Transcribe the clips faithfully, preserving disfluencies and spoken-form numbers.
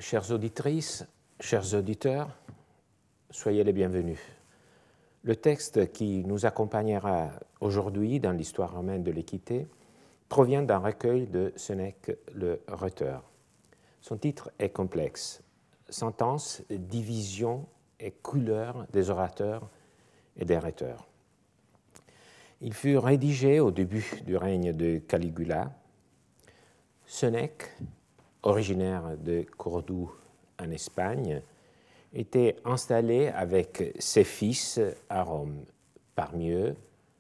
Chères auditrices, chers auditeurs, soyez les bienvenus. Le texte qui nous accompagnera aujourd'hui dans l'histoire romaine de l'équité provient d'un recueil de Sénèque le Rhéteur. Son titre est complexe. Sentence, division et couleur des orateurs et des rhéteurs. Il fut rédigé au début du règne de Caligula. Sénèque, originaire de Cordoue en Espagne, était installé avec ses fils à Rome, parmi eux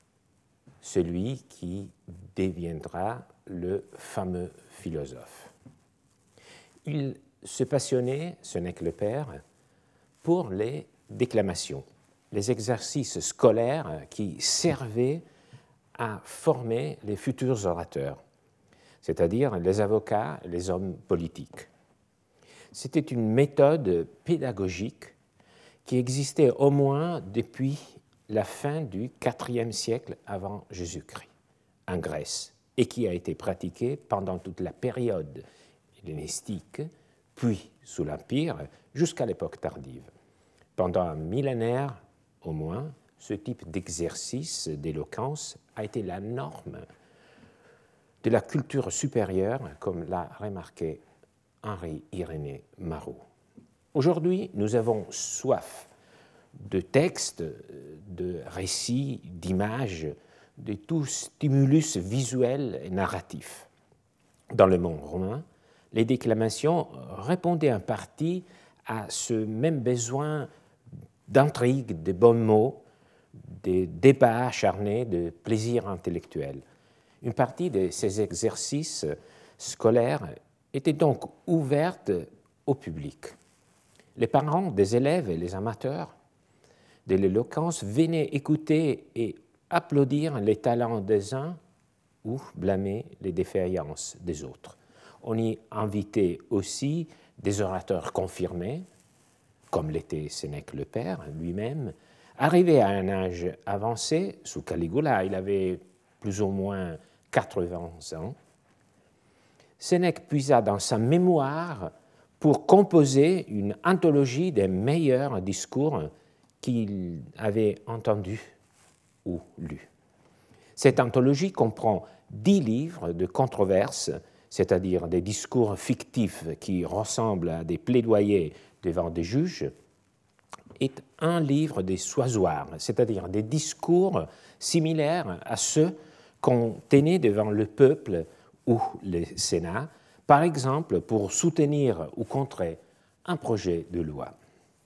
celui qui deviendra le fameux philosophe. Il se passionnait, Sénèque le père, pour les déclamations, les exercices scolaires qui servaient à former les futurs orateurs, c'est-à-dire les avocats et les hommes politiques. C'était une méthode pédagogique qui existait au moins depuis la fin du quatrième siècle avant Jésus-Christ, en Grèce, et qui a été pratiquée pendant toute la période hellénistique, puis sous l'Empire, jusqu'à l'époque tardive. Pendant un millénaire au moins, ce type d'exercice d'éloquence a été la norme de la culture supérieure, comme l'a remarqué Henri-Irénée Marot. Aujourd'hui, nous avons soif de textes, de récits, d'images, de tout stimulus visuel et narratif. Dans le monde romain, les déclamations répondaient en partie à ce même besoin d'intrigue, de bons mots, de débats acharnés, de plaisir intellectuel. Une partie de ces exercices scolaires était donc ouverte au public. Les parents des élèves et les amateurs de l'éloquence venaient écouter et applaudir les talents des uns ou blâmer les défaillances des autres. On y invitait aussi des orateurs confirmés, comme l'était Sénèque le père lui-même, arrivé à un âge avancé, sous Caligula, il avait plus ou moins quatre-vingts ans. Sénèque puisa dans sa mémoire pour composer une anthologie des meilleurs discours qu'il avait entendus ou lus. Cette anthologie comprend dix livres de controverses, c'est-à-dire des discours fictifs qui ressemblent à des plaidoyers devant des juges, et un livre des soisoirs, c'est-à-dire des discours similaires à ceux qu'on tenait devant le peuple ou le Sénat, par exemple pour soutenir ou contrer un projet de loi.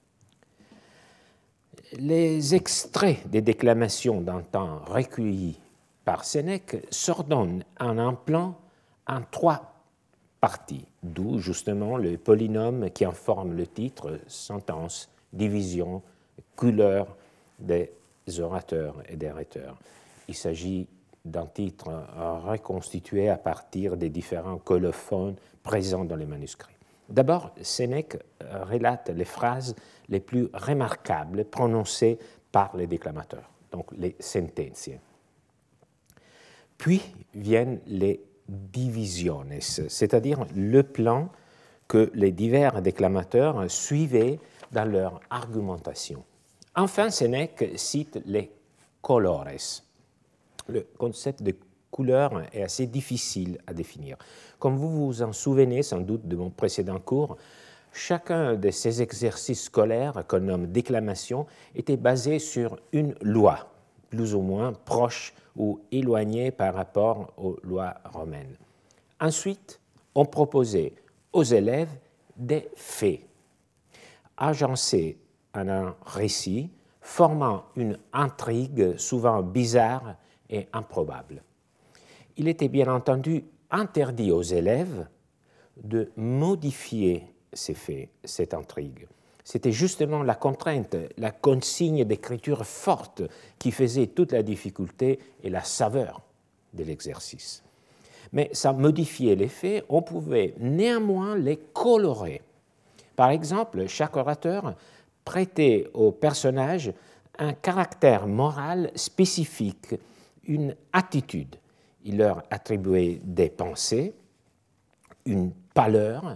Les extraits des déclamations d'un temps recueillis par Sénèque s'ordonnent en un plan en trois parties, d'où justement le polynôme qui en forme le titre, sentence, division, couleur des orateurs et des rhéteurs. Il s'agit d'un titre reconstitué à partir des différents colophons présents dans les manuscrits. D'abord, Sénèque relate les phrases les plus remarquables prononcées par les déclamateurs, donc les sententiae. Puis viennent les divisiones, c'est-à-dire le plan que les divers déclamateurs suivaient dans leur argumentation. Enfin, Sénèque cite les colores. Le concept de couleur est assez difficile à définir. Comme vous vous en souvenez sans doute de mon précédent cours, chacun de ces exercices scolaires qu'on nomme déclamation était basé sur une loi, plus ou moins proche ou éloignée par rapport aux lois romaines. Ensuite, on proposait aux élèves des faits, agencés en un récit, formant une intrigue souvent bizarre et improbable. Il était bien entendu interdit aux élèves de modifier ces faits, cette intrigue. C'était justement la contrainte, la consigne d'écriture forte qui faisait toute la difficulté et la saveur de l'exercice. Mais sans modifier les faits, on pouvait néanmoins les colorer. Par exemple, chaque orateur prêtait aux personnages un caractère moral spécifique, une attitude. Il leur attribuait des pensées, une pâleur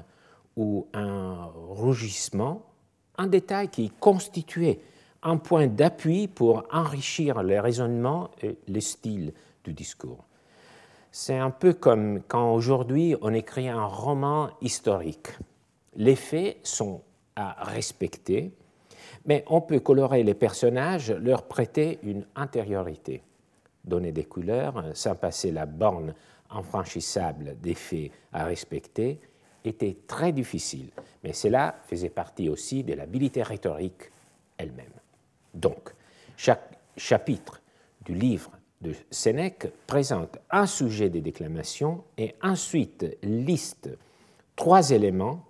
ou un rougissement, un détail qui constituait un point d'appui pour enrichir le raisonnement et le style du discours. C'est un peu comme quand aujourd'hui on écrit un roman historique. Les faits sont à respecter, mais on peut colorer les personnages, leur prêter une intériorité, donner des couleurs sans passer la borne infranchissable des faits à respecter était très difficile, mais cela faisait partie aussi de l'habileté rhétorique elle-même. Donc, chaque chapitre du livre de Sénèque présente un sujet de déclamation et ensuite liste trois éléments,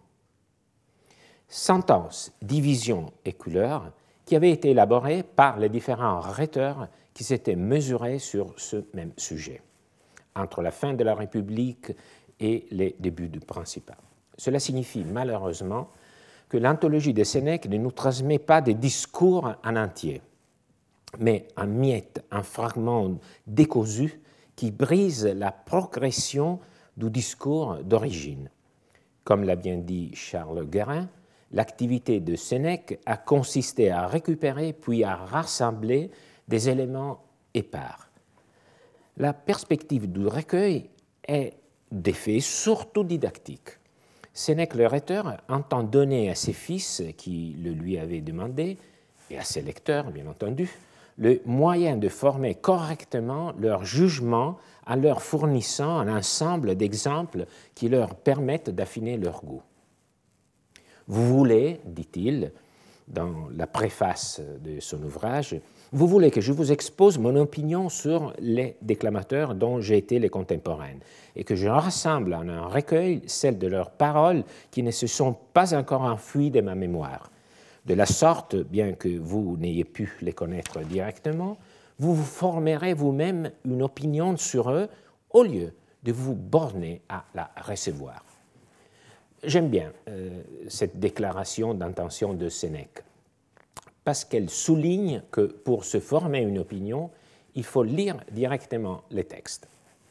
sentence, division et couleur, qui avaient été élaborés par les différents rhéteurs qui s'étaient mesurés sur ce même sujet, entre la fin de la République et les débuts du Principat. Cela signifie malheureusement que l'anthologie de Sénèque ne nous transmet pas des discours en entier, mais un miette, un fragment décousu qui brise la progression du discours d'origine. Comme l'a bien dit Charles Guérin, l'activité de Sénèque a consisté à récupérer puis à rassembler des éléments épars. La perspective du recueil est d'effet surtout didactique. Sénèque le rhéteur entend donner à ses fils, qui le lui avaient demandé, et à ses lecteurs, bien entendu, le moyen de former correctement leur jugement en leur fournissant un ensemble d'exemples qui leur permettent d'affiner leur goût. Vous voulez, dit-il, dans la préface de son ouvrage, vous voulez que je vous expose mon opinion sur les déclamateurs dont j'ai été les contemporains et que je rassemble en un recueil celles de leurs paroles qui ne se sont pas encore enfuies de ma mémoire. De la sorte, bien que vous n'ayez pu les connaître directement, vous vous formerez vous-même une opinion sur eux au lieu de vous borner à la recevoir. J'aime bien euh, cette déclaration d'intention de Sénèque, parce qu'elle souligne que pour se former une opinion, il faut lire directement les textes.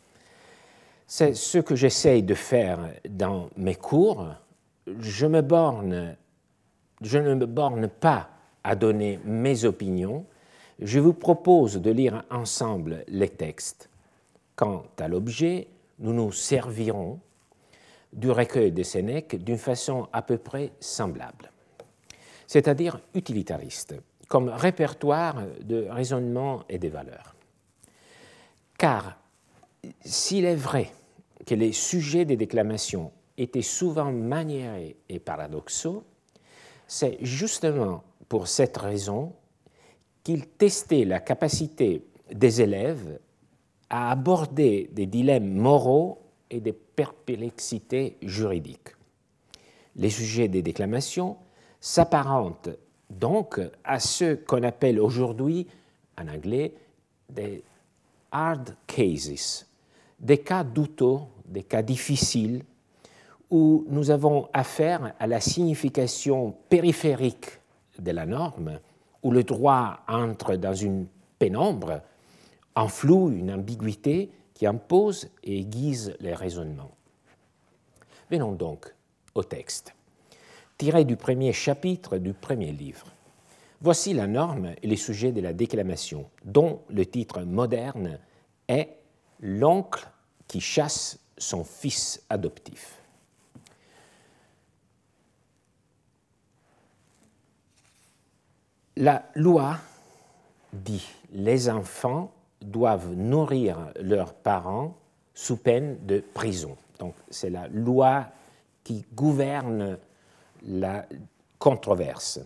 C'est ce que j'essaye de faire dans mes cours. Je, me borne, je ne me borne pas à donner mes opinions, je vous propose de lire ensemble les textes. Quant à l'objet, nous nous servirons du recueil de Sénèque d'une façon à peu près semblable, c'est-à-dire utilitariste, comme répertoire de raisonnement et de valeurs. Car s'il est vrai que les sujets des déclamations étaient souvent maniérés et paradoxaux, c'est justement pour cette raison qu'il testait la capacité des élèves à aborder des dilemmes moraux et des perplexités juridiques. Les sujets des déclamations s'apparentent donc à ce qu'on appelle aujourd'hui, en anglais, des hard cases, des cas douteux, des cas difficiles, où nous avons affaire à la signification périphérique de la norme, où le droit entre dans une pénombre, un flou, une ambiguïté qui impose et aiguise les raisonnements. Venons donc au texte, tiré du premier chapitre du premier livre. Voici la norme et les sujets de la déclamation, dont le titre moderne est « L'oncle qui chasse son fils adoptif ». La loi dit « Les enfants doivent nourrir leurs parents sous peine de prison ». Donc c'est la loi qui gouverne la controverse.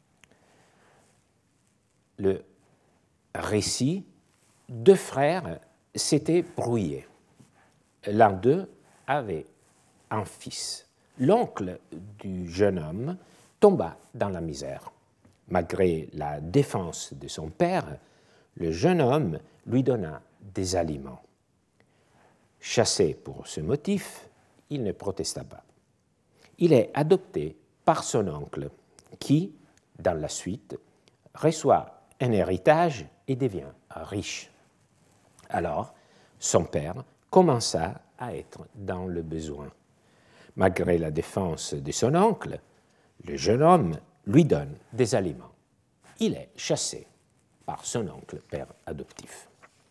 Le récit, deux frères s'étaient brouillés. L'un d'eux avait un fils. L'oncle du jeune homme tomba dans la misère. Malgré la défense de son père, le jeune homme lui donna des aliments. Chassé pour ce motif, il ne protesta pas. Il est adopté par son oncle, qui, dans la suite, reçoit un héritage et devient riche. Alors, son père commença à être dans le besoin. Malgré la défense de son oncle, le jeune homme lui donne des aliments. Il est chassé par son oncle, père adoptif.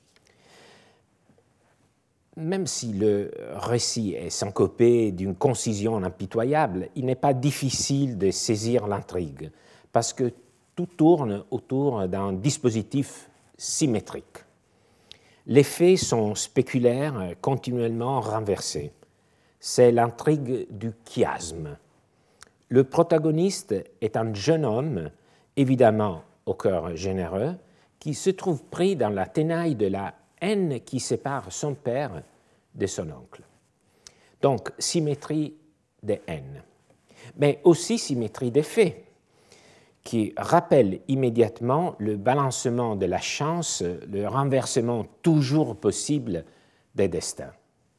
Même si le récit est syncopé d'une concision impitoyable, il n'est pas difficile de saisir l'intrigue, parce que tout tourne autour d'un dispositif symétrique. Les faits sont spéculaires, continuellement renversés. C'est l'intrigue du chiasme. Le protagoniste est un jeune homme, évidemment au cœur généreux, qui se trouve pris dans la tenaille de la haine qui sépare son père de son oncle. Donc, symétrie des haines, mais aussi symétrie des faits, qui rappelle immédiatement le balancement de la chance, le renversement toujours possible des destins.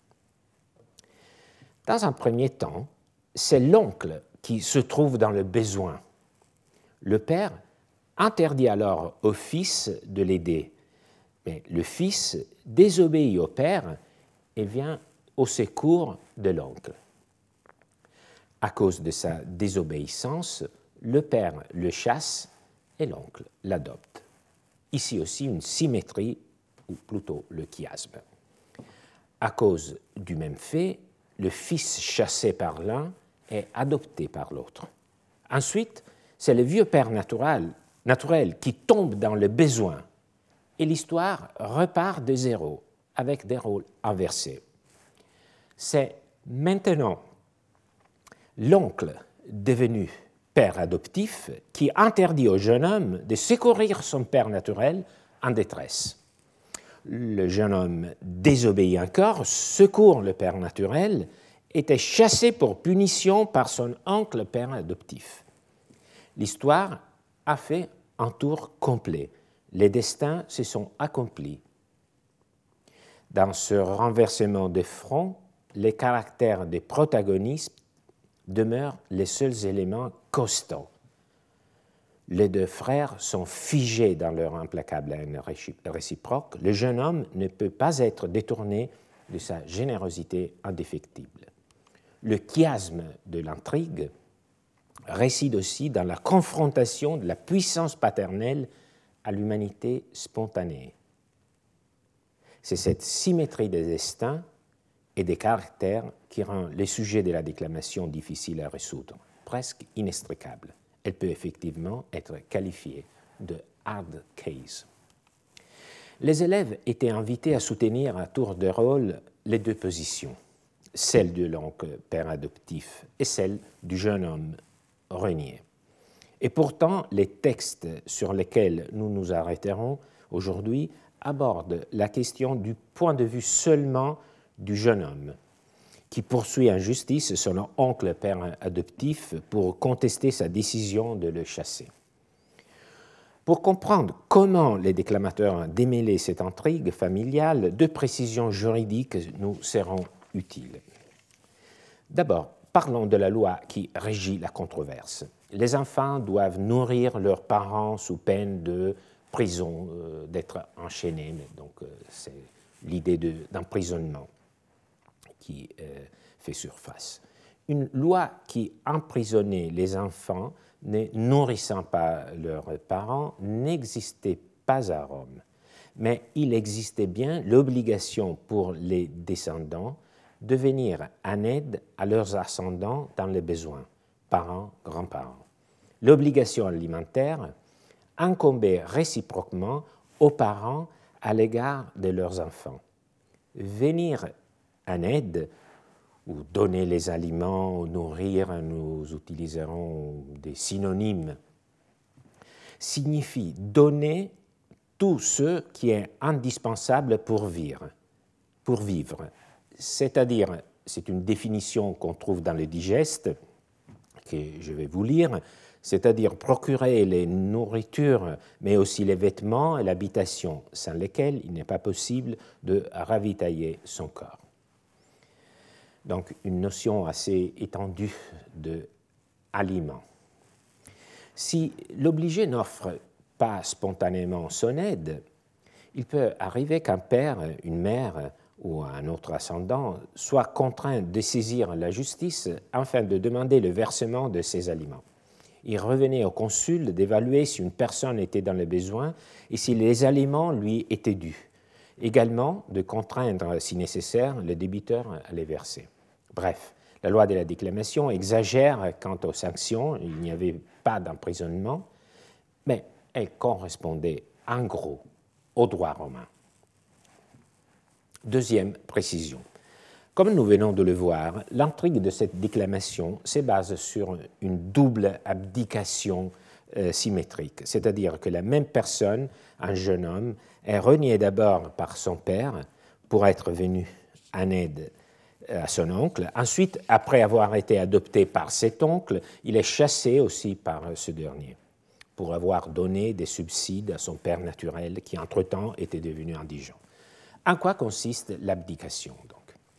Dans un premier temps, c'est l'oncle qui se trouve dans le besoin. Le père interdit alors au fils de l'aider, mais le fils désobéit au père et vient au secours de l'oncle. À cause de sa désobéissance, le père le chasse et l'oncle l'adopte. Ici aussi une symétrie, ou plutôt le chiasme. À cause du même fait, le fils chassé par l'un est adopté par l'autre. Ensuite, c'est le vieux père naturel, naturel qui tombe dans le besoin et l'histoire repart de zéro avec des rôles inversés. C'est maintenant l'oncle devenu père adoptif qui interdit au jeune homme de secourir son père naturel en détresse. Le jeune homme désobéit encore, secourt le père naturel, était chassé pour punition par son oncle père adoptif. L'histoire a fait un tour complet. Les destins se sont accomplis. Dans ce renversement de front, les caractères des protagonistes demeurent les seuls éléments constants. Les deux frères sont figés dans leur implacable haine réciproque. Le jeune homme ne peut pas être détourné de sa générosité indéfectible. Le chiasme de l'intrigue réside aussi dans la confrontation de la puissance paternelle à l'humanité spontanée. C'est cette symétrie des destins et des caractères qui rend les sujets de la déclamation difficiles à résoudre, presque inextricables. Elle peut effectivement être qualifiée de hard case. Les élèves étaient invités à soutenir à tour de rôle les deux positions, celle de l'oncle père adoptif et celle du jeune homme renié. Et pourtant, les textes sur lesquels nous nous arrêterons aujourd'hui abordent la question du point de vue seulement du jeune homme, qui poursuit en justice son oncle père adoptif pour contester sa décision de le chasser. Pour comprendre comment les déclamateurs démêlaient cette intrigue familiale, deux précisions juridiques nous seront utiles. D'abord, parlons de la loi qui régit la controverse. Les enfants doivent nourrir leurs parents sous peine de prison, euh, d'être enchaînés. Donc, euh, c'est l'idée d'emprisonnement qui euh, fait surface. Une loi qui emprisonnait les enfants ne nourrissant pas leurs parents n'existait pas à Rome. Mais il existait bien l'obligation pour les descendants de venir en aide à leurs ascendants dans les besoins, parents, grands-parents. L'obligation alimentaire incombait réciproquement aux parents à l'égard de leurs enfants. Venir en aide ou donner les aliments, ou nourrir, nous utiliserons des synonymes, signifie donner tout ce qui est indispensable pour vivre. Pour vivre. C'est-à-dire, c'est une définition qu'on trouve dans le digeste, que je vais vous lire, c'est-à-dire procurer les nourritures, mais aussi les vêtements et l'habitation, sans lesquels il n'est pas possible de ravitailler son corps. Donc, une notion assez étendue d'aliment. Si l'obligé n'offre pas spontanément son aide, il peut arriver qu'un père, une mère ou un autre ascendant soit contraint de saisir la justice afin de demander le versement de ses aliments. Il revenait au consul d'évaluer si une personne était dans le besoin et si les aliments lui étaient dus. Également, de contraindre, si nécessaire, le débiteur à les verser. Bref, la loi de la déclamation exagère quant aux sanctions, il n'y avait pas d'emprisonnement, mais elle correspondait en gros au droit romain. Deuxième précision. Comme nous venons de le voir, l'intrigue de cette déclamation se base sur une double abdication euh, symétrique, c'est-à-dire que la même personne, un jeune homme, est renié d'abord par son père pour être venu en aide à son oncle. Ensuite, après avoir été adopté par cet oncle, il est chassé aussi par ce dernier pour avoir donné des subsides à son père naturel qui, entre-temps, était devenu indigent. En quoi consiste l'abdication, donc?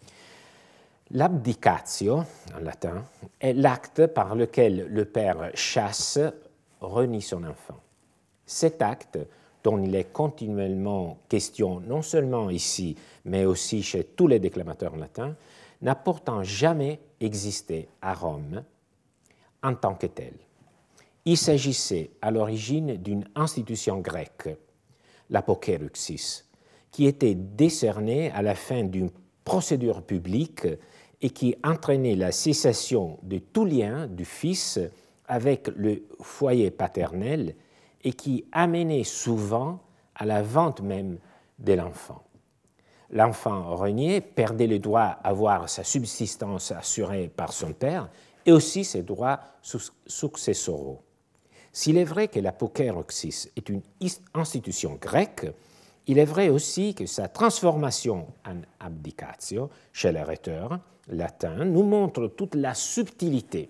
L'abdicatio, en latin, est l'acte par lequel le père chasse, renie son enfant. Cet acte, dont il est continuellement question non seulement ici, mais aussi chez tous les déclamateurs latins, n'a pourtant jamais existé à Rome en tant que tel. Il s'agissait à l'origine d'une institution grecque, l'apokéruxis, qui était décernée à la fin d'une procédure publique et qui entraînait la cessation de tout lien du fils avec le foyer paternel et qui amenait souvent à la vente même de l'enfant. L'enfant renié perdait le droit à voir sa subsistance assurée par son père et aussi ses droits successoraux. S'il est vrai que l'apokéruxis est une institution grecque, il est vrai aussi que sa transformation en abdicatio chez les rhéteurs latins nous montre toute la subtilité,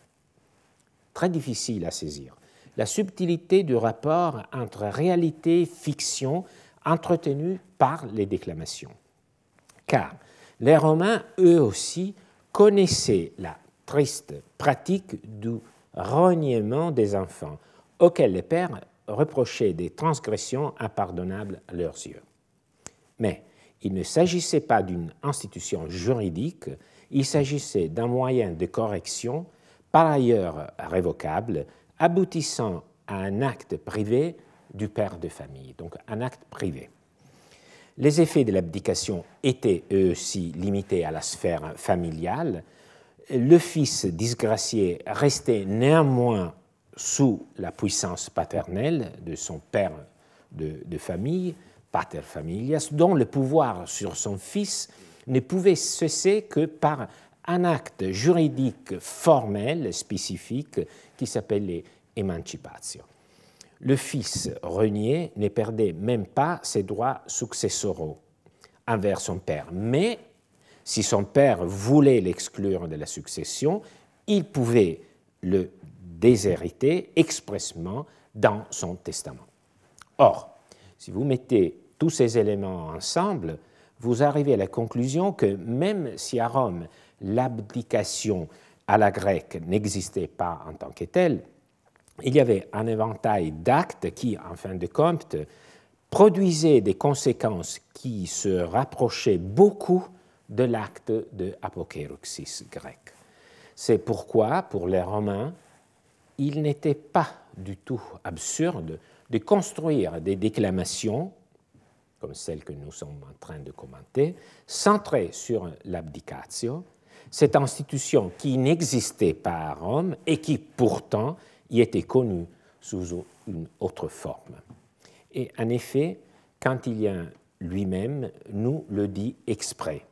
très difficile à saisir, la subtilité du rapport entre réalité et fiction entretenue par les déclamations. Car les Romains, eux aussi, connaissaient la triste pratique du reniement des enfants, auquel les pères reprochaient des transgressions impardonnables à leurs yeux. Mais il ne s'agissait pas d'une institution juridique, il s'agissait d'un moyen de correction, par ailleurs révocable, aboutissant à un acte privé du père de famille, donc un acte privé. Les effets de l'abdication étaient eux aussi limités à la sphère familiale. Le fils disgracié restait néanmoins sous la puissance paternelle de son père de, de famille, pater familias, dont le pouvoir sur son fils ne pouvait cesser que par un acte juridique formel spécifique qui s'appelait émancipatio. Le fils renié ne perdait même pas ses droits successoraux envers son père, mais si son père voulait l'exclure de la succession, il pouvait le déshériter expressément dans son testament. Or, si vous mettez tous ces éléments ensemble, vous arrivez à la conclusion que même si à Rome l'abdication à la grecque n'existait pas en tant que telle, il y avait un éventail d'actes qui, en fin de compte, produisaient des conséquences qui se rapprochaient beaucoup de l'acte de apokéruxis grec. C'est pourquoi, pour les Romains, il n'était pas du tout absurde de construire des déclamations, comme celle que nous sommes en train de commenter, centrées sur l'abdicatio, cette institution qui n'existait pas à Rome et qui pourtant y était connue sous une autre forme. Et en effet, Quintilien lui-même nous le dit exprès.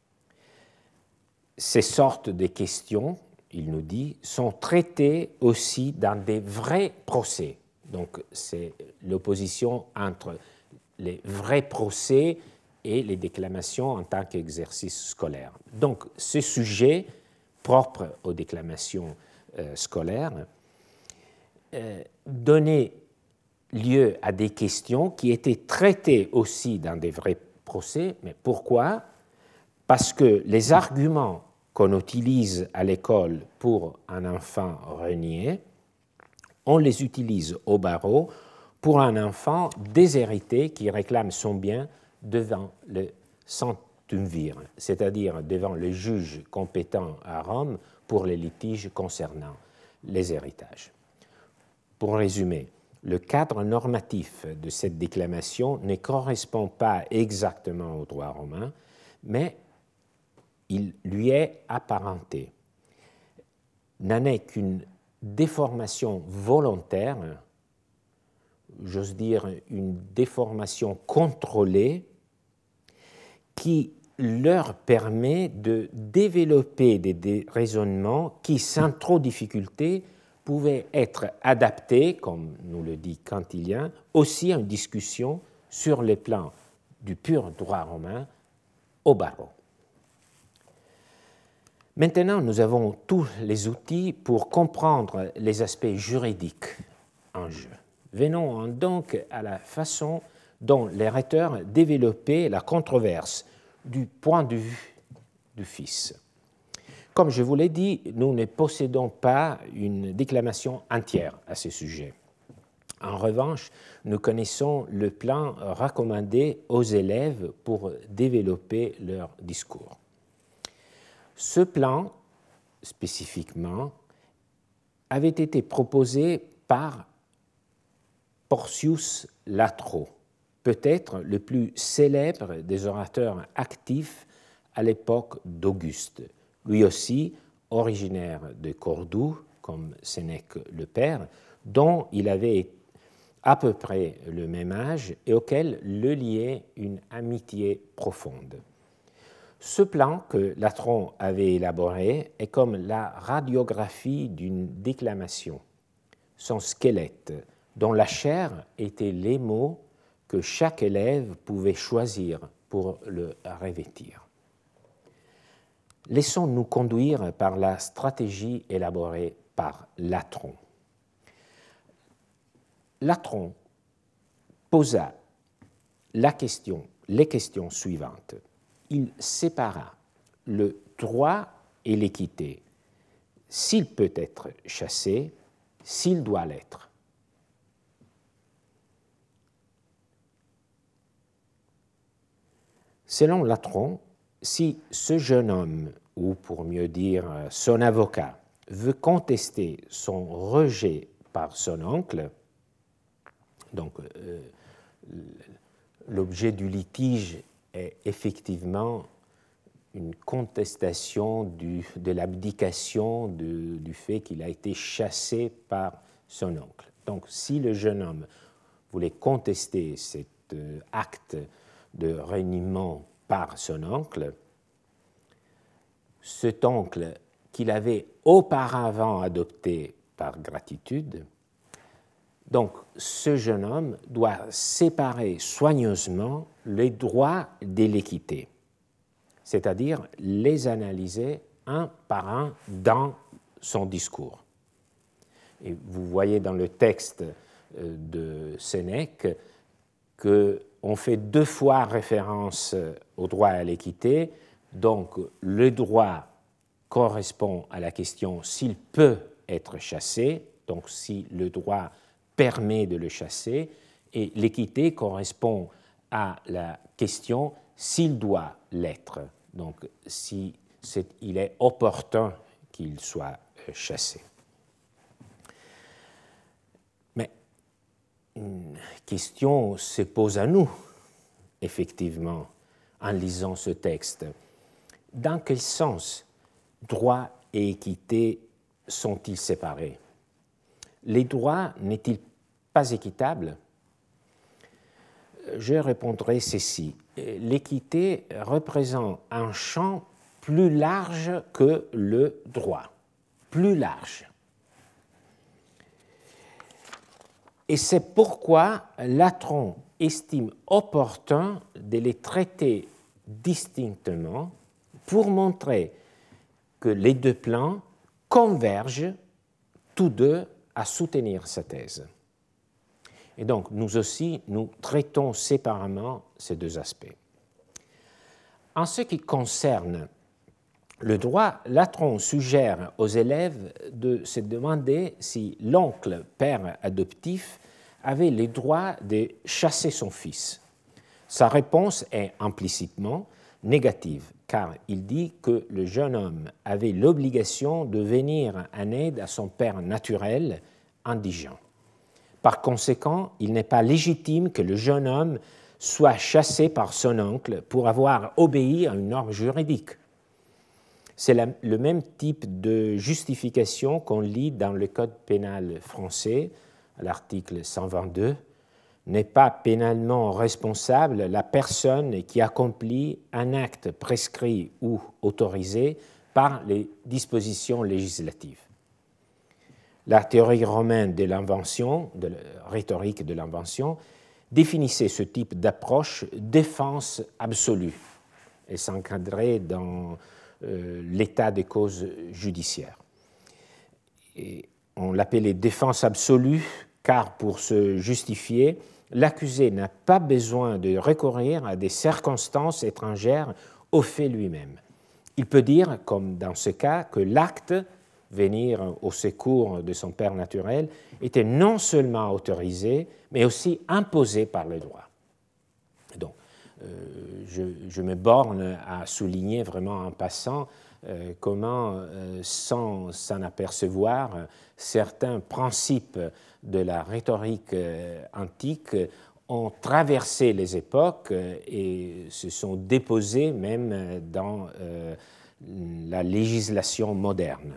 Ces sortes de questions, il nous dit, sont traitées aussi dans des vrais procès. Donc, c'est l'opposition entre les vrais procès et les déclamations en tant qu'exercice scolaire. Donc, ce sujet propre aux déclamations euh, scolaires euh, donnait lieu à des questions qui étaient traitées aussi dans des vrais procès. Mais pourquoi ? Parce que les arguments qu'on utilise à l'école pour un enfant renié, on les utilise au barreau pour un enfant déshérité qui réclame son bien devant le tumvir, c'est-à-dire devant le juge compétent à Rome pour les litiges concernant les héritages. Pour résumer, le cadre normatif de cette déclamation ne correspond pas exactement au droit romain, mais il lui est apparenté. N'en est qu'une déformation volontaire, j'ose dire une déformation contrôlée, qui leur permet de développer des, des raisonnements qui, sans trop de difficulté, pouvaient être adaptés, comme nous le dit Quintilien, aussi à une discussion sur les plans du pur droit romain au barreau. Maintenant, nous avons tous les outils pour comprendre les aspects juridiques en jeu. Venons donc à la façon dont les rhéteurs développaient la controverse du point de vue du fils. Comme je vous l'ai dit, nous ne possédons pas une déclamation entière à ce sujet. En revanche, nous connaissons le plan recommandé aux élèves pour développer leur discours. Ce plan, spécifiquement, avait été proposé par Porcius Latro, peut-être le plus célèbre des orateurs actifs à l'époque d'Auguste, lui aussi originaire de Cordoue, comme Sénèque le père, dont il avait à peu près le même âge et auquel le liait une amitié profonde. Ce plan que Latron avait élaboré est comme la radiographie d'une déclamation, son squelette, dont la chair était les mots que chaque élève pouvait choisir pour le revêtir. Laissons-nous conduire par la stratégie élaborée par Latron. Latron posa la question, les questions suivantes. Il sépara le droit et l'équité, s'il peut être chassé, s'il doit l'être. Selon Latron, si ce jeune homme, ou pour mieux dire son avocat, veut contester son rejet par son oncle, donc euh, l'objet du litige est effectivement une contestation du, de l'abdication du, du fait qu'il a été chassé par son oncle. Donc si le jeune homme voulait contester cet euh, acte de reniement par son oncle, cet oncle qu'il avait auparavant adopté par gratitude, donc ce jeune homme doit séparer soigneusement les droits de l'équité, c'est-à-dire les analyser un par un dans son discours. Et vous voyez dans le texte de Sénèque qu'on fait deux fois référence au droit à l'équité, donc le droit correspond à la question s'il peut être chassé, donc si le droit permet de le chasser, et l'équité correspond à la question s'il doit l'être, donc si c'est, il est opportun qu'il soit chassé. Mais une question se pose à nous, effectivement, en lisant ce texte. Dans quel sens droit et équité sont-ils séparés? Les droits n'est-il pas équitable? Je répondrai ceci. L'équité représente un champ plus large que le droit, plus large. Et c'est pourquoi Latron estime opportun de les traiter distinctement pour montrer que les deux plans convergent tous deux à soutenir sa thèse. Et donc, nous aussi, nous traitons séparément ces deux aspects. En ce qui concerne le droit, Latron suggère aux élèves de se demander si l'oncle, père adoptif, avait le droit de chasser son fils. Sa réponse est implicitement négative, car il dit que le jeune homme avait l'obligation de venir en aide à son père naturel indigent. Par conséquent, il n'est pas légitime que le jeune homme soit chassé par son oncle pour avoir obéi à une norme juridique. C'est la, le même type de justification qu'on lit dans le Code pénal français, à l'article cent vingt-deux, n'est pas pénalement responsable la personne qui accomplit un acte prescrit ou autorisé par les dispositions législatives. La théorie romaine de l'invention, de la rhétorique de l'invention, définissait ce type d'approche défense absolue et s'encadrait dans euh, l'état des causes judiciaires. Et on l'appelait défense absolue car pour se justifier, l'accusé n'a pas besoin de recourir à des circonstances étrangères au fait lui-même. Il peut dire, comme dans ce cas, que l'acte, venir au secours de son père naturel, était non seulement autorisé, mais aussi imposé par le droit. Donc, euh, je, je me borne à souligner vraiment en passant euh, comment, euh, sans s'en apercevoir, certains principes de la rhétorique euh, antique ont traversé les époques et se sont déposés même dans euh, la législation moderne.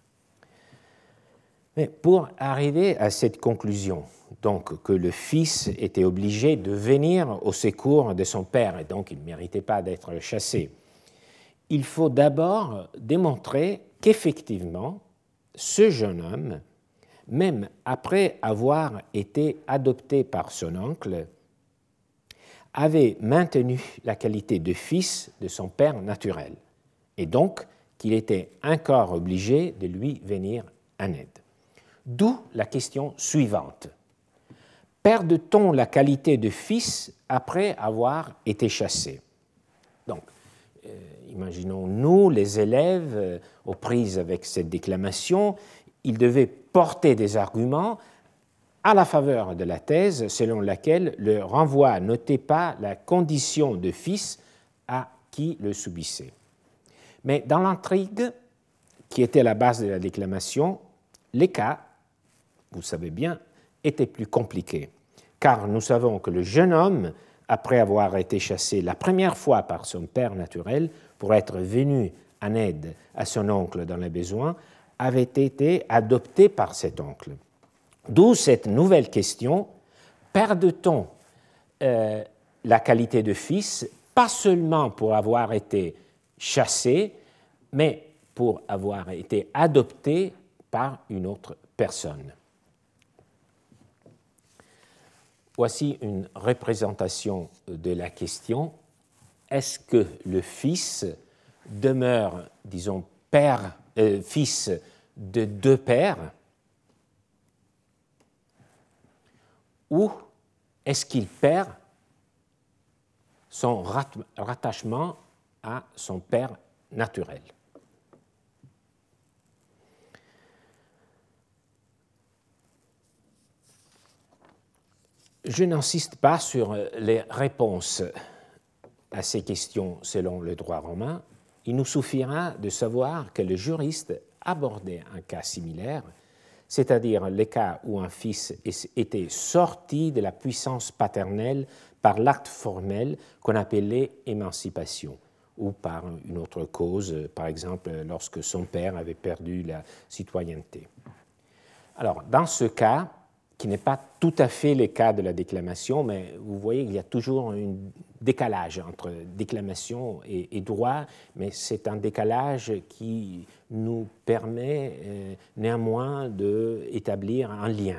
Mais pour arriver à cette conclusion, donc que le fils était obligé de venir au secours de son père et donc il ne méritait pas d'être chassé, il faut d'abord démontrer qu'effectivement, ce jeune homme, même après avoir été adopté par son oncle, avait maintenu la qualité de fils de son père naturel, et donc qu'il était encore obligé de lui venir en aide. D'où la question suivante. Perd-on la qualité de fils après avoir été chassé? Donc, euh, imaginons-nous les élèves euh, aux prises avec cette déclamation, ils devaient porter des arguments à la faveur de la thèse selon laquelle le renvoi n'ôtait pas la condition de fils à qui le subissait. Mais dans l'intrigue qui était la base de la déclamation, les cas, vous savez bien, étaient plus compliqués, car nous savons que le jeune homme, après avoir été chassé la première fois par son père naturel pour être venu en aide à son oncle dans les besoins, avait été adopté par cet oncle. D'où cette nouvelle question, perd-on euh, la qualité de fils, pas seulement pour avoir été chassé, mais pour avoir été adopté par une autre personne. Voici une représentation de la question. Est-ce que le fils demeure, disons, père, euh, fils de deux pères, ou est-ce qu'il perd son rattachement à son père naturel? Je n'insiste pas sur les réponses à ces questions selon le droit romain. Il nous suffira de savoir que le juriste abordait un cas similaire, c'est-à-dire les cas où un fils était sorti de la puissance paternelle par l'acte formel qu'on appelait émancipation, ou par une autre cause, par exemple lorsque son père avait perdu la citoyenneté. Alors, dans ce cas, qui n'est pas tout à fait le cas de la déclamation, mais vous voyez qu'il y a toujours un décalage entre déclamation et, et droit, mais c'est un décalage qui nous permet euh, néanmoins d'établir un lien.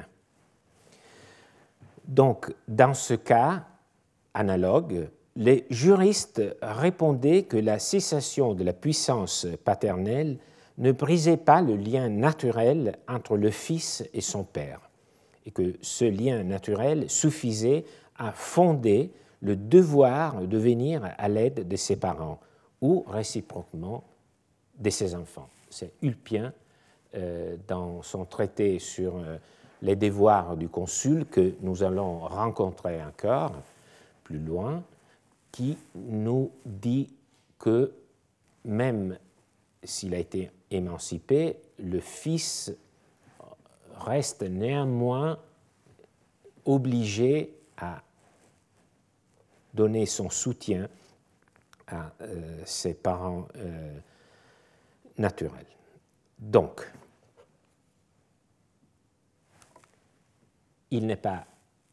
Donc, dans ce cas analogue, les juristes répondaient que la cessation de la puissance paternelle ne brisait pas le lien naturel entre le fils et son père, et que ce lien naturel suffisait à fonder le devoir de venir à l'aide de ses parents ou réciproquement de ses enfants. C'est Ulpien, euh, dans son traité sur euh, les devoirs du consul, que nous allons rencontrer encore plus loin, qui nous dit que même s'il a été émancipé, le fils reste néanmoins obligé à donner son soutien à euh, ses parents euh, naturels. Donc, il n'est pas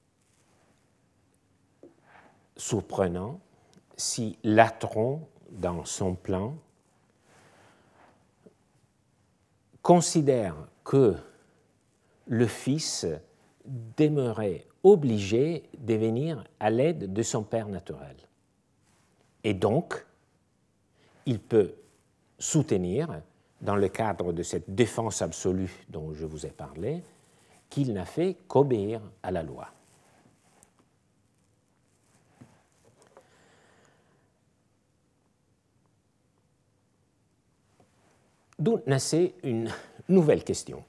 surprenant si Latron, dans son plan, considère que le fils demeurait obligé de venir à l'aide de son père naturel. Et donc, il peut soutenir, dans le cadre de cette défense absolue dont je vous ai parlé, qu'il n'a fait qu'obéir à la loi. D'où naissait une nouvelle question.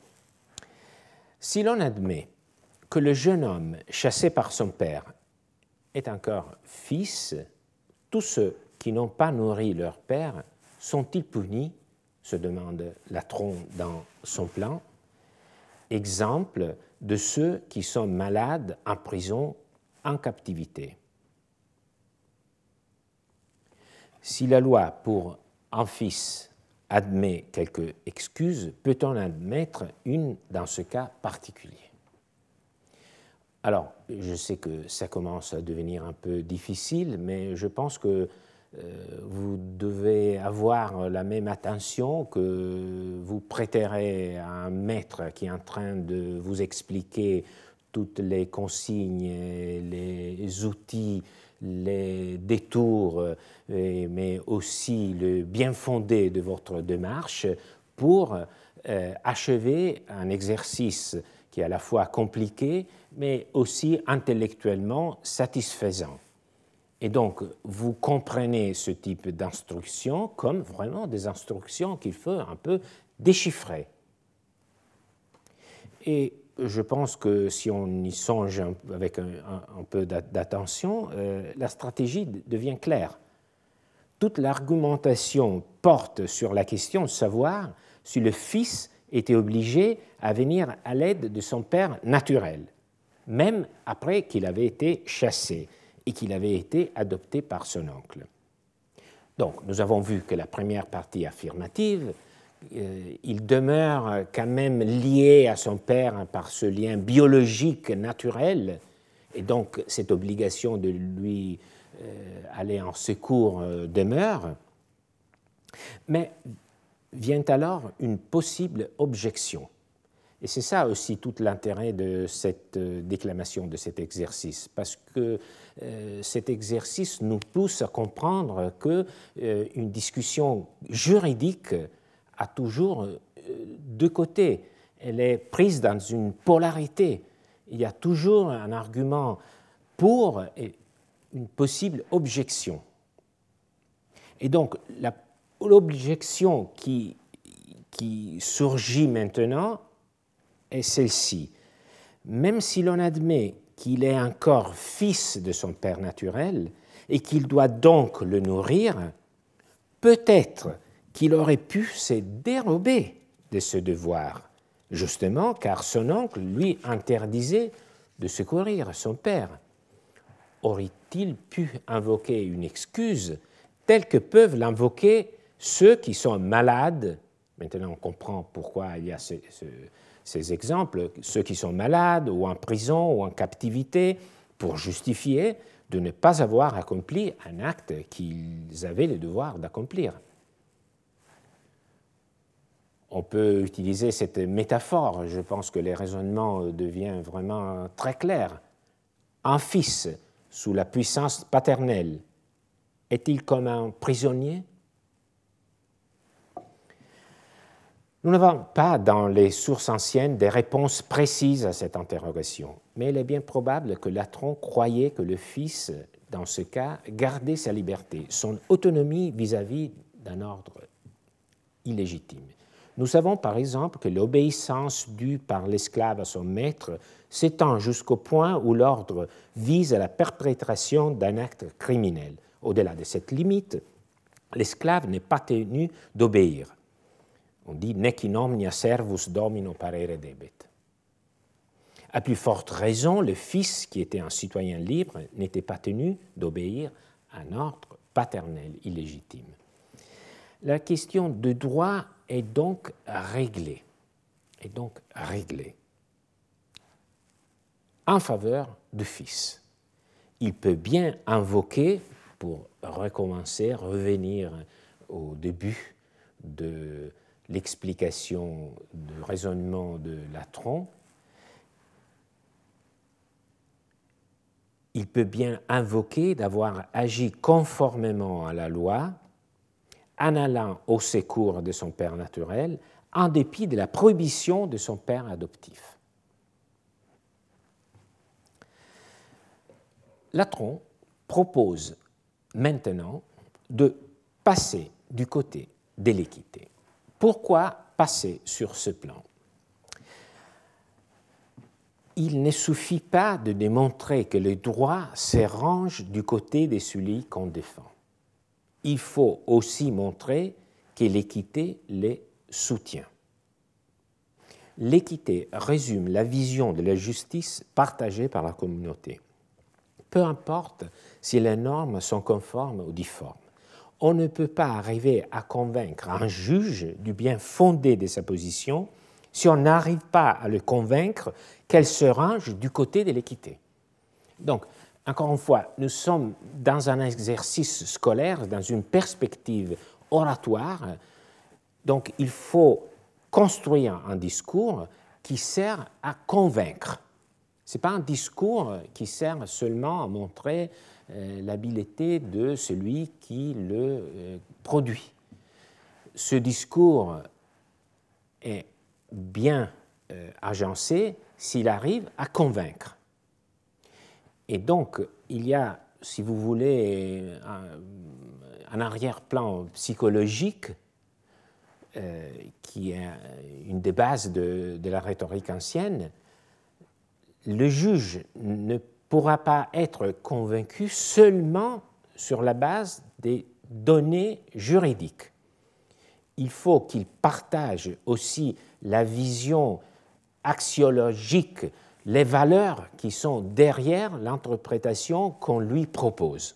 Si l'on admet que le jeune homme chassé par son père est encore fils, tous ceux qui n'ont pas nourri leur père sont-ils punis, se demande Latron dans son plan. Exemple de ceux qui sont malades en prison, en captivité. Si la loi pour un fils admet quelques excuses, peut-on admettre une dans ce cas particulier? Alors, je sais que ça commence à devenir un peu difficile, mais je pense que euh, vous devez avoir la même attention que vous prêterez à un maître qui est en train de vous expliquer toutes les consignes, les outils, les détours, mais aussi le bien fondé de votre démarche pour euh, achever un exercice qui est à la fois compliqué, mais aussi intellectuellement satisfaisant. Et donc, vous comprenez ce type d'instructions comme vraiment des instructions qu'il faut un peu déchiffrer. Et je pense que si on y songe avec un, un, un peu d'attention, euh, la stratégie devient claire. Toute l'argumentation porte sur la question de savoir si le fils était obligé à venir à l'aide de son père naturel, même après qu'il avait été chassé et qu'il avait été adopté par son oncle. Donc, nous avons vu que la première partie affirmative, euh, il demeure quand même lié à son père par ce lien biologique naturel, et donc cette obligation de lui euh, aller en secours euh, demeure. Mais vient alors une possible objection. Et c'est ça aussi tout l'intérêt de cette déclamation, de cet exercice, parce que euh, cet exercice nous pousse à comprendre qu'une euh, discussion juridique a toujours euh, deux côtés. Elle est prise dans une polarité. Il y a toujours un argument pour et une possible objection. Et donc, la, l'objection qui, qui surgit maintenant est celle-ci. Même si l'on admet qu'il est encore fils de son père naturel et qu'il doit donc le nourrir, peut-être qu'il aurait pu se dérober de ce devoir, justement car son oncle lui interdisait de secourir son père. Aurait-il pu invoquer une excuse telle que peuvent l'invoquer ceux qui sont malades? Maintenant, on comprend pourquoi il y a ce, ce ces exemples, ceux qui sont malades ou en prison ou en captivité, pour justifier de ne pas avoir accompli un acte qu'ils avaient le devoir d'accomplir. On peut utiliser cette métaphore, je pense que le raisonnement devient vraiment très clair. Un fils sous la puissance paternelle est-il comme un prisonnier ? Nous n'avons pas dans les sources anciennes des réponses précises à cette interrogation, mais il est bien probable que Latron croyait que le fils, dans ce cas, gardait sa liberté, son autonomie vis-à-vis d'un ordre illégitime. Nous savons par exemple que l'obéissance due par l'esclave à son maître s'étend jusqu'au point où l'ordre vise à la perpétration d'un acte criminel. Au-delà de cette limite, l'esclave n'est pas tenu d'obéir. On dit « nec in omnia servus domino parere debet ». À plus forte raison, le fils, qui était un citoyen libre, n'était pas tenu d'obéir à un ordre paternel illégitime. La question de droit est donc réglée, est donc réglée en faveur du fils. Il peut bien invoquer, pour recommencer, revenir au début de l'explication du raisonnement de Latron, il peut bien invoquer d'avoir agi conformément à la loi, en allant au secours de son père naturel, en dépit de la prohibition de son père adoptif. Latron propose maintenant de passer du côté de l'équité. Pourquoi passer sur ce plan? Il ne suffit pas de démontrer que le droit se range du côté de celui qu'on défend. Il faut aussi montrer que l'équité les soutient. L'équité résume la vision de la justice partagée par la communauté. Peu importe si les normes sont conformes ou difformes. On ne peut pas arriver à convaincre un juge du bien fondé de sa position si on n'arrive pas à le convaincre qu'elle se range du côté de l'équité. Donc, encore une fois, nous sommes dans un exercice scolaire, dans une perspective oratoire, donc il faut construire un discours qui sert à convaincre. Ce n'est pas un discours qui sert seulement à montrer euh, l'habileté de celui qui le euh, produit. Ce discours est bien euh, agencé s'il arrive à convaincre. Et donc, il y a, si vous voulez, un, un arrière-plan psychologique euh, qui est une des bases de, de la rhétorique ancienne. Le juge ne pourra pas être convaincu seulement sur la base des données juridiques. Il faut qu'il partage aussi la vision axiologique, les valeurs qui sont derrière l'interprétation qu'on lui propose.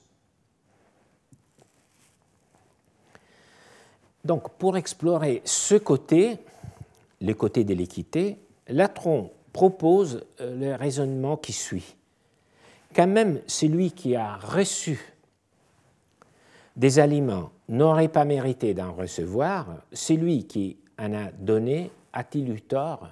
Donc, pour explorer ce côté, le côté de l'équité, Latron propose le raisonnement qui suit. Quand même celui qui a reçu des aliments n'aurait pas mérité d'en recevoir, celui qui en a donné a-t-il eu tort?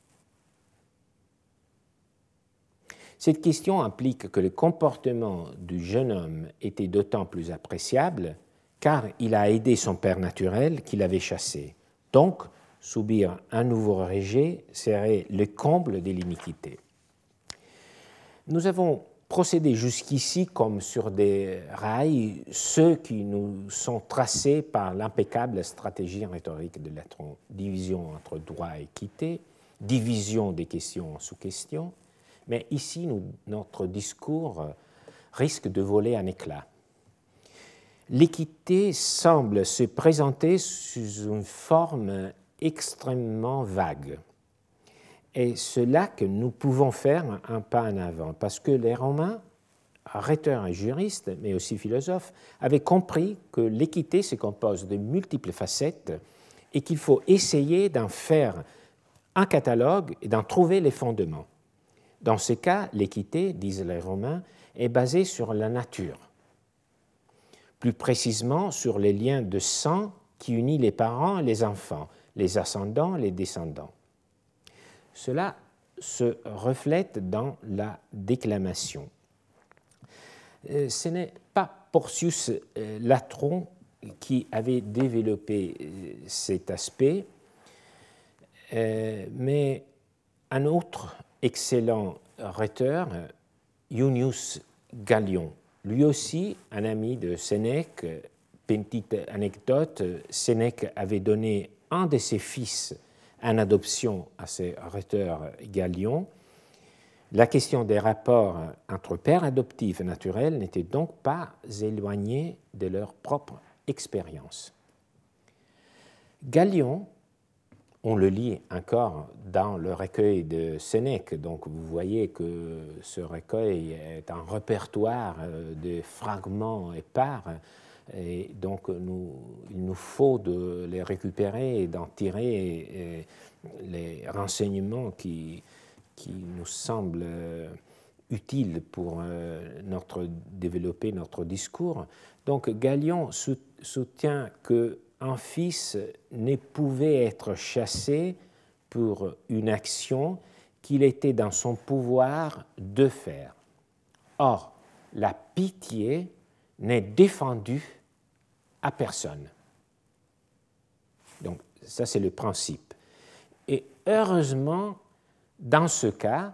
Cette question implique que le comportement du jeune homme était d'autant plus appréciable car il a aidé son père naturel qui l'avait chassé. Donc, subir un nouveau rejet serait le comble de l'iniquité. Nous avons procédé jusqu'ici comme sur des rails, ceux qui nous sont tracés par l'impeccable stratégie rhétorique de Latron. Division entre droit et équité, division des questions en sous-questions, mais ici, nous, notre discours risque de voler en éclats. L'équité semble se présenter sous une forme extrêmement vague. Et c'est là que nous pouvons faire un pas en avant, parce que les Romains, rhéteurs et juristes, mais aussi philosophes, avaient compris que l'équité se compose de multiples facettes et qu'il faut essayer d'en faire un catalogue et d'en trouver les fondements. Dans ce cas, l'équité, disent les Romains, est basée sur la nature, plus précisément sur les liens de sang qui unissent les parents et les enfants, les ascendants et les descendants. Cela se reflète dans la déclamation. Ce n'est pas Porcius Latron qui avait développé cet aspect, mais un autre excellent rhéteur, Iunius Gallion, lui aussi un ami de Sénèque. Petite anecdote, Sénèque avait donné un de ses fils en adoption à ce rhéteur Gallion. La question des rapports entre pères adoptifs et naturels n'était donc pas éloignée de leur propre expérience. Galion, on le lit encore dans le recueil de Sénèque, donc vous voyez que ce recueil est un répertoire de fragments épars, et donc nous, il nous faut de les récupérer et d'en tirer les renseignements qui, qui nous semblent utiles pour notre, développer notre discours. Donc Galion soutient que Amphis ne pouvait être chassé pour une action qu'il était dans son pouvoir de faire. Or, la pitié n'est défendue à personne. Donc, ça, c'est le principe. Et heureusement, dans ce cas,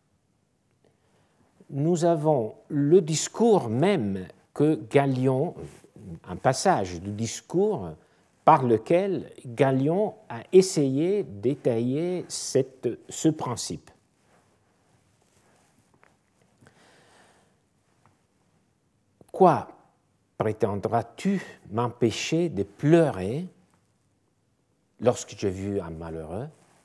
nous avons le discours même que Galion, un passage du discours par lequel Galion a essayé d'étayer cette, ce principe. Quoi prétendras-tu m'empêcher de pleurer lorsque j'ai vu un malheureux?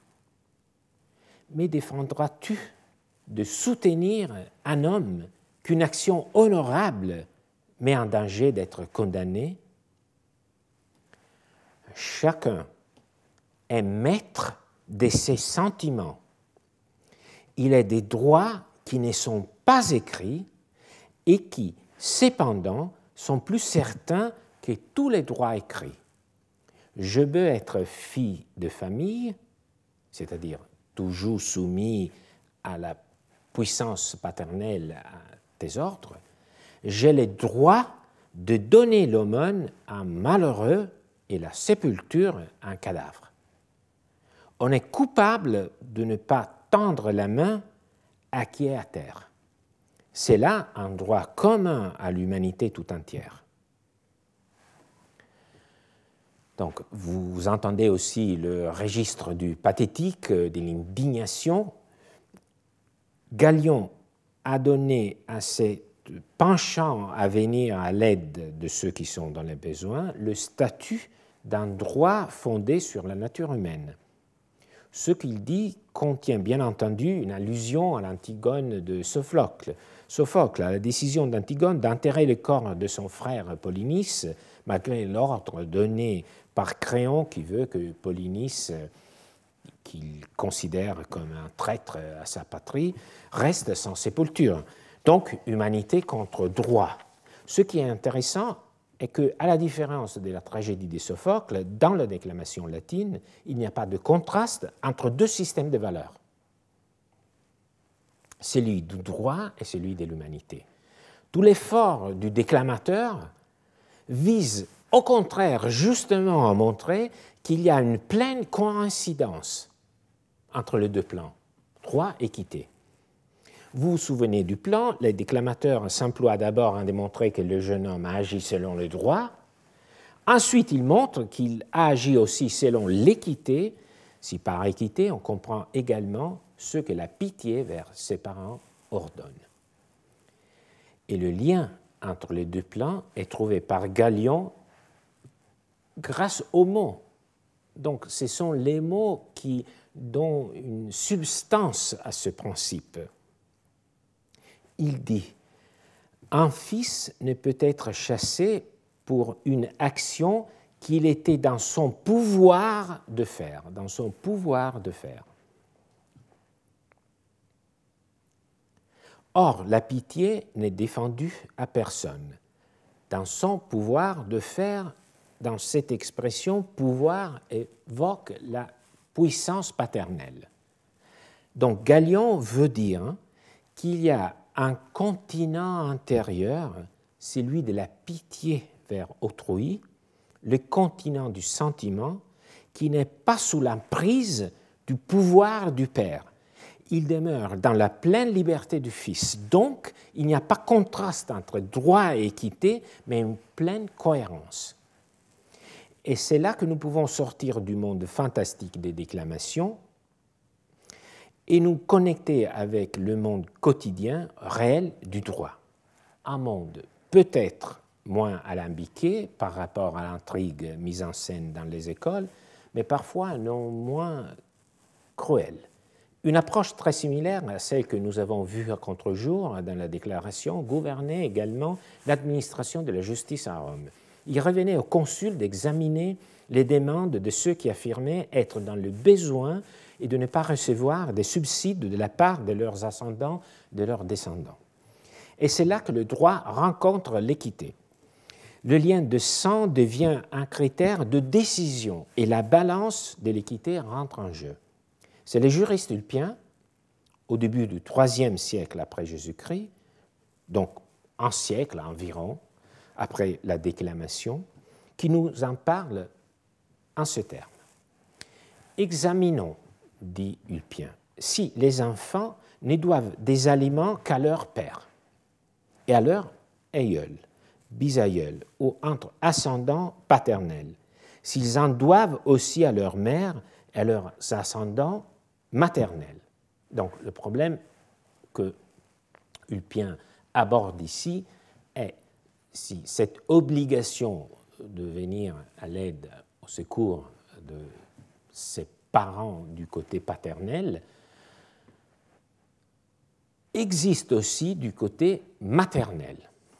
Mais défendras-tu de soutenir un homme qu'une action honorable met en danger d'être condamné? Chacun est maître de ses sentiments. Il a des droits qui ne sont pas écrits et qui, cependant, sont plus certains que tous les droits écrits. Je veux être fille de famille, c'est-à-dire toujours soumis à la puissance paternelle, à tes ordres. J'ai le droit de donner l'aumône à un malheureux et la sépulture à un cadavre. On est coupable de ne pas tendre la main à qui est à terre. C'est là un droit commun à l'humanité tout entière. Donc, vous entendez aussi le registre du pathétique, de l'indignation. Galion a donné à ces penchants à venir à l'aide de ceux qui sont dans les besoins le statut d'un droit fondé sur la nature humaine. Ce qu'il dit contient bien entendu une allusion à l'Antigone de Sophocle, Sophocle, à la décision d'Antigone d'enterrer le corps de son frère Polynice, malgré l'ordre donné par Créon qui veut que Polynice, qu'il considère comme un traître à sa patrie, reste sans sépulture. Donc, humanité contre droit. Ce qui est intéressant est qu'à la différence de la tragédie de Sophocle, dans la déclamation latine, il n'y a pas de contraste entre deux systèmes de valeurs, celui du droit et celui de l'humanité. Tout l'effort du déclamateur vise au contraire justement à montrer qu'il y a une pleine coïncidence entre les deux plans, droit et équité. Vous vous souvenez du plan, le déclamateur s'emploie d'abord à démontrer que le jeune homme a agi selon le droit, ensuite il montre qu'il a agi aussi selon l'équité, si par équité on comprend également ce que la pitié vers ses parents ordonne. Et le lien entre les deux plans est trouvé par Galion grâce aux mots. Donc ce sont les mots qui donnent une substance à ce principe. Il dit « Un fils ne peut être chassé pour une action qu'il était dans son pouvoir de faire, dans son pouvoir de faire. Or, la pitié n'est défendue à personne. Dans son pouvoir de faire, dans cette expression, pouvoir évoque la puissance paternelle. Donc, Galion veut dire qu'il y a un continent intérieur, celui de la pitié vers autrui, le continent du sentiment, qui n'est pas sous l'emprise du pouvoir du Père. Il demeure dans la pleine liberté du Fils. Donc, il n'y a pas contraste entre droit et équité, mais une pleine cohérence. Et c'est là que nous pouvons sortir du monde fantastique des déclamations et nous connecter avec le monde quotidien, réel du droit. Un monde peut-être moins alambiqués par rapport à l'intrigue mise en scène dans les écoles, mais parfois non moins cruels. Une approche très similaire à celle que nous avons vue à contre-jour dans la Déclaration gouvernait également l'administration de la justice à Rome. Il revenait au consul d'examiner les demandes de ceux qui affirmaient être dans le besoin et de ne pas recevoir des subsides de la part de leurs ascendants, de leurs descendants. Et c'est là que le droit rencontre l'équité. Le lien de sang devient un critère de décision et la balance de l'équité rentre en jeu. C'est les juristes ulpiens, au début du troisième siècle après Jésus-Christ, donc un siècle environ après la déclamation, qui nous en parlent en ce terme. Examinons, dit Ulpien, si les enfants ne doivent des aliments qu'à leur père et à leur aïeul, bisaïeul ou entre ascendants paternels, s'ils en doivent aussi à leur mère et à leurs ascendants maternels. Donc le problème que Ulpien aborde ici est si cette obligation de venir à l'aide, au secours de ses parents du côté paternel existe aussi du côté maternel.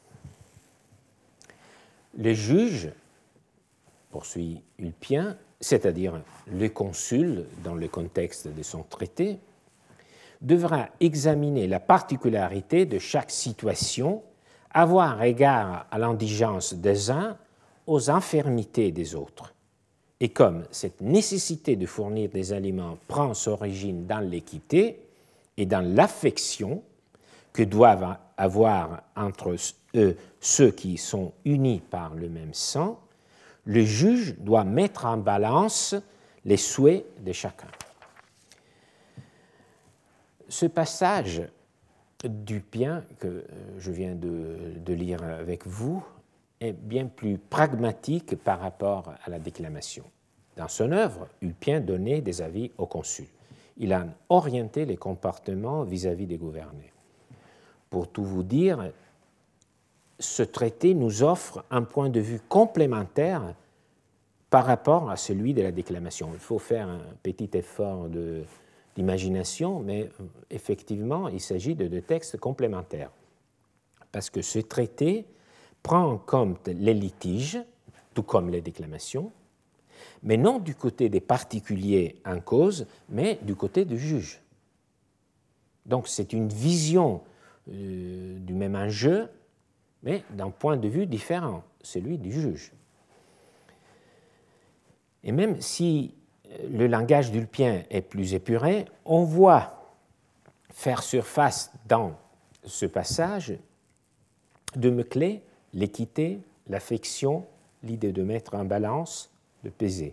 Le juge, poursuit Ulpien, c'est-à-dire le consul dans le contexte de son traité, devra examiner la particularité de chaque situation, avoir égard à l'indigence des uns, aux infirmités des autres. Et comme cette nécessité de fournir des aliments prend son origine dans l'équité et dans l'affection que doivent avoir entre eux ceux qui sont unis par le même sang, le juge doit mettre en balance les souhaits de chacun. Ce passage d'Ulpien que je viens de, de lire avec vous est bien plus pragmatique par rapport à la déclamation. Dans son œuvre, Ulpien donnait des avis au consul. Il a orienté les comportements vis-à-vis des gouvernés. Pour tout vous dire, ce traité nous offre un point de vue complémentaire par rapport à celui de la déclamation. Il faut faire un petit effort de, d'imagination, mais effectivement, il s'agit de deux textes complémentaires. Parce que ce traité prend en compte les litiges, tout comme les déclamations, mais non du côté des particuliers en cause, mais du côté du juge. Donc c'est une vision euh, du même enjeu, mais d'un point de vue différent, celui du juge. Et même si le langage d'Ulpien est plus épuré, on voit faire surface dans ce passage deux mots-clés, l'équité, l'affection, l'idée de mettre en balance, de peser.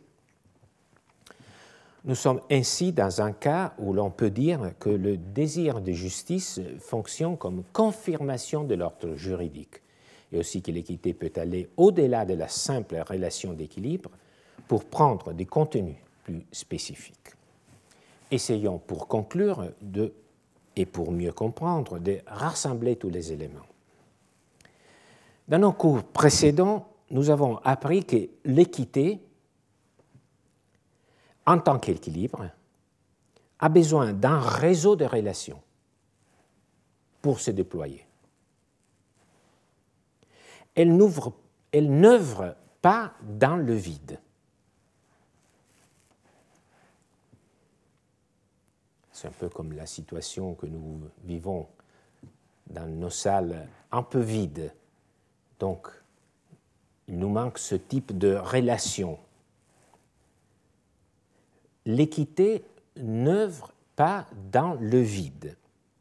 Nous sommes ainsi dans un cas où l'on peut dire que le désir de justice fonctionne comme confirmation de l'ordre juridique, et aussi que l'équité peut aller au-delà de la simple relation d'équilibre pour prendre des contenus plus spécifiques. Essayons pour conclure de, et pour mieux comprendre, de rassembler tous les éléments. Dans nos cours précédents, nous avons appris que l'équité, en tant qu'équilibre, a besoin d'un réseau de relations pour se déployer. Elle n'ouvre, elle n'œuvre pas dans le vide. C'est un peu comme la situation que nous vivons dans nos salles un peu vides. Donc, il nous manque ce type de relation. L'équité n'œuvre pas dans le vide.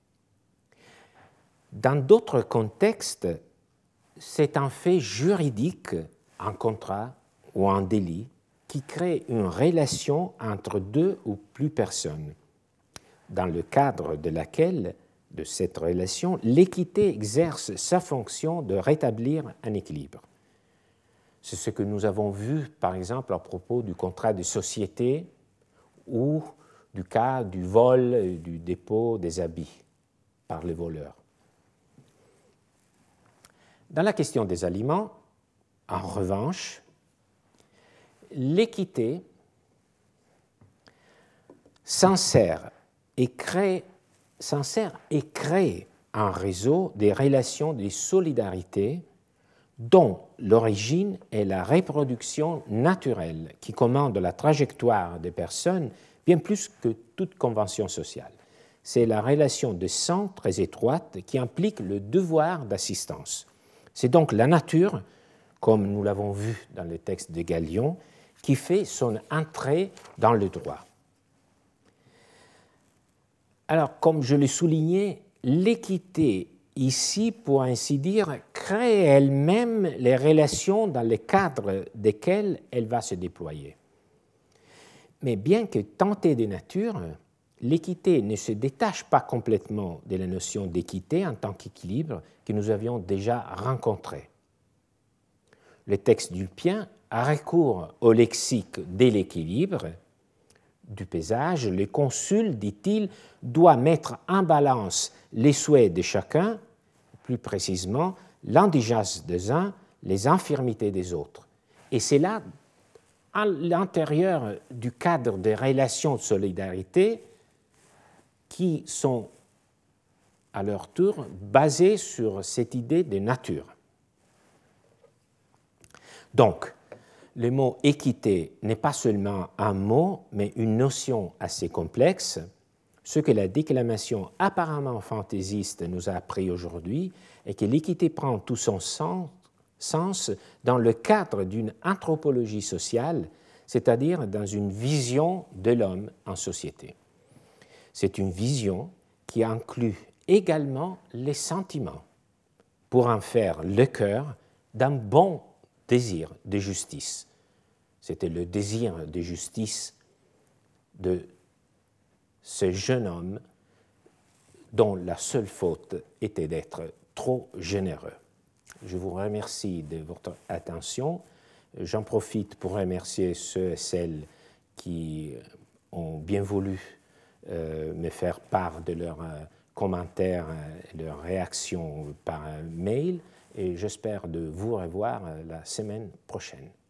Dans d'autres contextes, c'est un fait juridique, un contrat ou un délit, qui crée une relation entre deux ou plus personnes, dans le cadre de laquelle, de cette relation, l'équité exerce sa fonction de rétablir un équilibre. C'est ce que nous avons vu, par exemple, à propos du contrat de société ou du cas du vol et du dépôt des habits par les voleurs. Dans la question des aliments, En revanche, l'équité s'insère et crée, s'insère et crée un réseau des relations de solidarité dont l'origine est la reproduction naturelle qui commande la trajectoire des personnes bien plus que toute convention sociale. C'est la relation de sang très étroite qui implique le devoir d'assistance. C'est donc la nature, comme nous l'avons vu dans le texte de Galion, qui fait son entrée dans le droit. Alors, comme je l'ai souligné, l'équité ici, pour ainsi dire, crée elle-même les relations dans le cadre desquelles elle va se déployer. Mais bien que tentée de nature, l'équité ne se détache pas complètement de la notion d'équité en tant qu'équilibre que nous avions déjà rencontrée. Le texte d'Ulpien a recours au lexique de l'équilibre du paysage. Le consul, dit-il, doit mettre en balance les souhaits de chacun, plus précisément l'indigence des uns, les infirmités des autres. Et c'est là, à l'intérieur du cadre des relations de solidarité, qui sont à leur tour basées sur cette idée de nature. Donc, le mot équité n'est pas seulement un mot, mais une notion assez complexe. Ce que la déclamation apparemment fantaisiste nous a appris aujourd'hui est que l'équité prend tout son sens dans le cadre d'une anthropologie sociale, c'est-à-dire dans une vision de l'homme en société. C'est une vision qui inclut également les sentiments pour en faire le cœur d'un bon désir de justice. C'était le désir de justice de ce jeune homme dont la seule faute était d'être trop généreux. Je vous remercie de votre attention. J'en profite pour remercier ceux et celles qui ont bien voulu euh, me faire part de leurs euh, commentaires, euh, leurs réactions par mail, et j'espère de vous revoir la semaine prochaine.